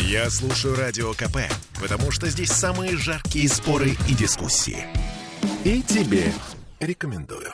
Я слушаю Радио КП, потому что здесь самые жаркие споры и дискуссии. И тебе рекомендую.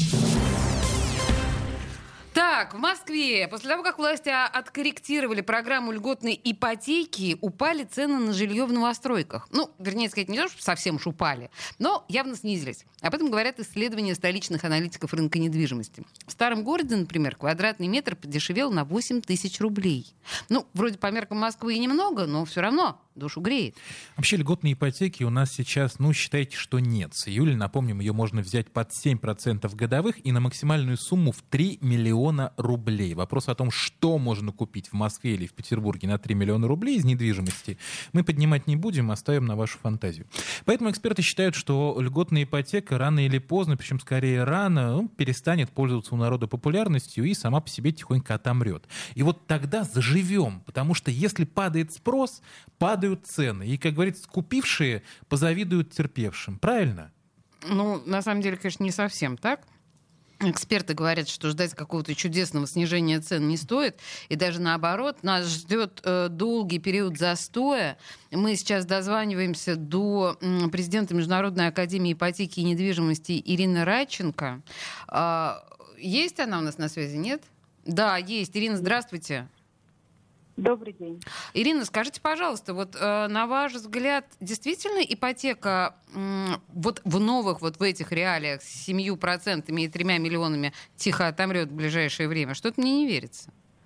Так, в Москве после того, как власти откорректировали программу льготной ипотеки, упали цены на жилье в новостройках. Ну, вернее сказать, не то, что совсем уж упали, но явно снизились. Об этом говорят исследования столичных аналитиков рынка недвижимости. В старом городе, например, квадратный метр подешевел на 8 тысяч рублей. Ну, вроде по меркам Москвы и немного, но все равно душу греет. Вообще льготной ипотеки у нас сейчас, считайте, что нет. С июля, напомним, ее можно взять под 7% годовых и на максимальную сумму в 3 миллиона рублей. Вопрос о том, что можно купить в Москве или в Петербурге на 3 миллиона рублей из недвижимости, мы поднимать не будем, оставим на вашу фантазию. Поэтому эксперты считают, что льготная ипотека рано или поздно, причем скорее рано, перестанет пользоваться у народа популярностью и сама по себе тихонько отомрет. И вот тогда заживем, потому что если падает спрос, падают цены. И, как говорится, купившие позавидуют терпевшим. Правильно? Ну, на самом деле, конечно, не совсем так. Эксперты говорят, что ждать какого-то чудесного снижения цен не стоит. И даже наоборот, нас ждет долгий период застоя. Мы сейчас дозваниваемся до президента Международной академии ипотеки и недвижимости Ирины Радченко. Есть она у нас на связи, нет? Да, есть. Ирина, здравствуйте. Добрый день. Ирина, скажите, пожалуйста, вот на ваш взгляд, действительно ипотека вот в новых, вот в этих реалиях с 7% и 3 миллионами тихо отомрет в ближайшее время? Что-то мне не верится.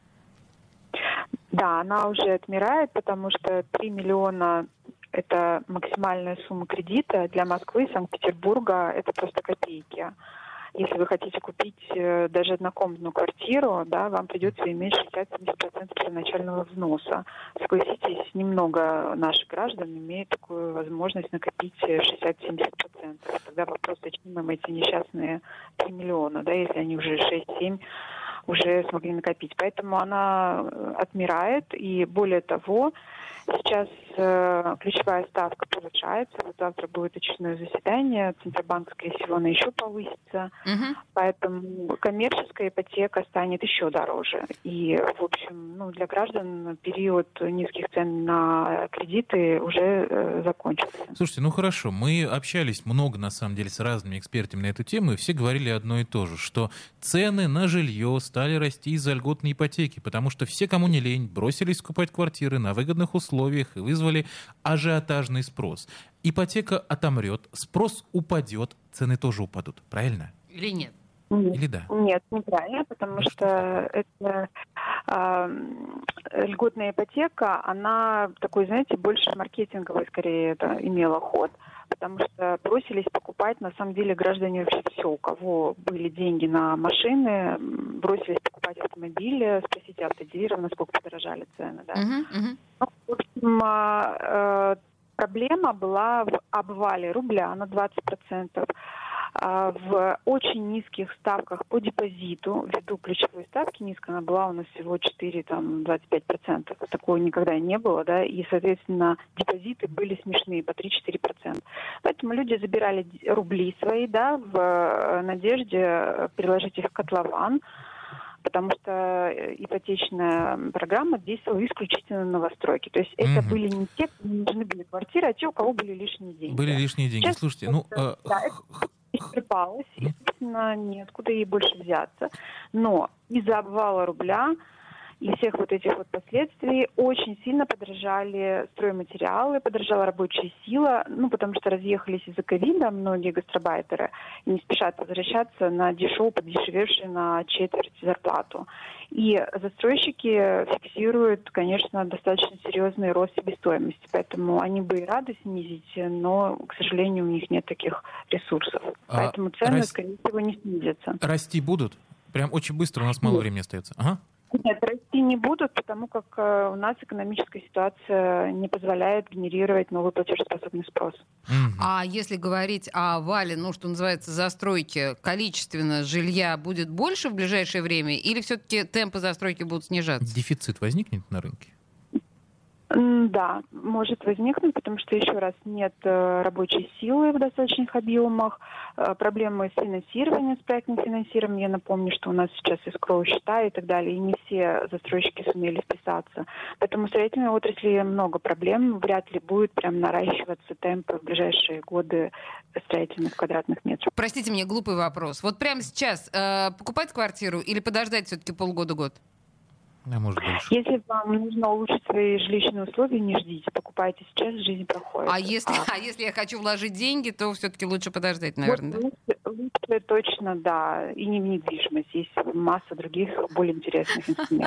Да, она уже отмирает, потому что 3 миллиона – это максимальная сумма кредита. Для Москвы и Санкт-Петербурга это просто копейки. Если вы хотите купить даже однокомнатную квартиру, да, вам придется иметь 60-70% первоначального взноса. Согласитесь, немного наших граждан имеют такую возможность накопить 60-70%. Тогда вопрос, зачем им эти несчастные 3 миллиона, да, если они уже 6-7 уже смогли накопить. Поэтому она отмирает, и более того, сейчас ключевая ставка повышается. Вот завтра будет очередное заседание. Центробанк, скорее всего, она еще повысится. Поэтому коммерческая ипотека станет еще дороже. И, в общем, для граждан период низких цен на кредиты уже закончился. Слушайте, хорошо. Мы общались много, на самом деле, с разными экспертами на эту тему, и все говорили одно и то же, что цены на жилье стали расти из-за льготной ипотеки, потому что все, кому не лень, бросились скупать квартиры на выгодных условиях и вызвали ажиотажный спрос. Ипотека отомрет, спрос упадет, цены тоже упадут. Правильно? Или нет? Или да? Нет, неправильно, потому что это льготная ипотека, она такой, знаете, больше маркетинговый, скорее, это имела ход, потому что бросились покупать, на самом деле, граждане вообще все, у кого были деньги на машины, бросились покупать автомобили, спросите автодилеров, насколько подорожали цены, да. В общем, проблема была в обвале рубля на 20%, в очень низких ставках по депозиту, ввиду ключевой ставки низкая, она была у нас всего 4-25%. Такого никогда не было, да, и, соответственно, депозиты были смешные, по 3-4%. Поэтому люди забирали рубли свои, да, в надежде переложить их в котлован, потому что ипотечная программа действовала исключительно на новостройки. То есть это были не те, кому нужны были квартиры, а те, у кого были лишние деньги. Были лишние деньги. Сейчас Слушайте, это исчерпалось, естественно, неоткуда ей больше взяться. Но из-за обвала рубля и всех вот этих вот последствий очень сильно подорожали стройматериалы, подорожала рабочая сила, потому что разъехались из-за ковида многие гастарбайтеры и не спешат возвращаться на подешевевшие на четверть зарплату. И застройщики фиксируют, конечно, достаточно серьезный рост себестоимости, поэтому они бы и рады снизить, но, к сожалению, у них нет таких ресурсов. Поэтому цены, скорее всего, не снизятся. Расти будут? Прям очень быстро, у нас мало времени остается. Ага. Нет, расти не будут, потому как у нас экономическая ситуация не позволяет генерировать новый платежеспособный спрос. А если говорить о вале, что называется, застройки, количественно жилья будет больше в ближайшее время или все-таки темпы застройки будут снижаться? Дефицит возникнет на рынке? Да, может возникнуть, потому что, еще раз, нет рабочей силы в достаточных объемах, проблемы с финансированием, с проектным финансированием. Я напомню, что у нас сейчас эскроу счета и так далее, и не все застройщики сумели вписаться. Поэтому в строительной отрасли много проблем, вряд ли будет прям наращиваться темп в ближайшие годы строительных квадратных метров. Простите мне, глупый вопрос. Вот прямо сейчас покупать квартиру или подождать все-таки полгода-год? А может больше. Если вам нужно улучшить свои жилищные условия, не ждите, покупайте сейчас, жизнь проходит. А если я хочу вложить деньги, то все-таки лучше подождать, наверное, вот, да? Лучше точно, да, и не в недвижимость. Есть масса других более интересных инструментов.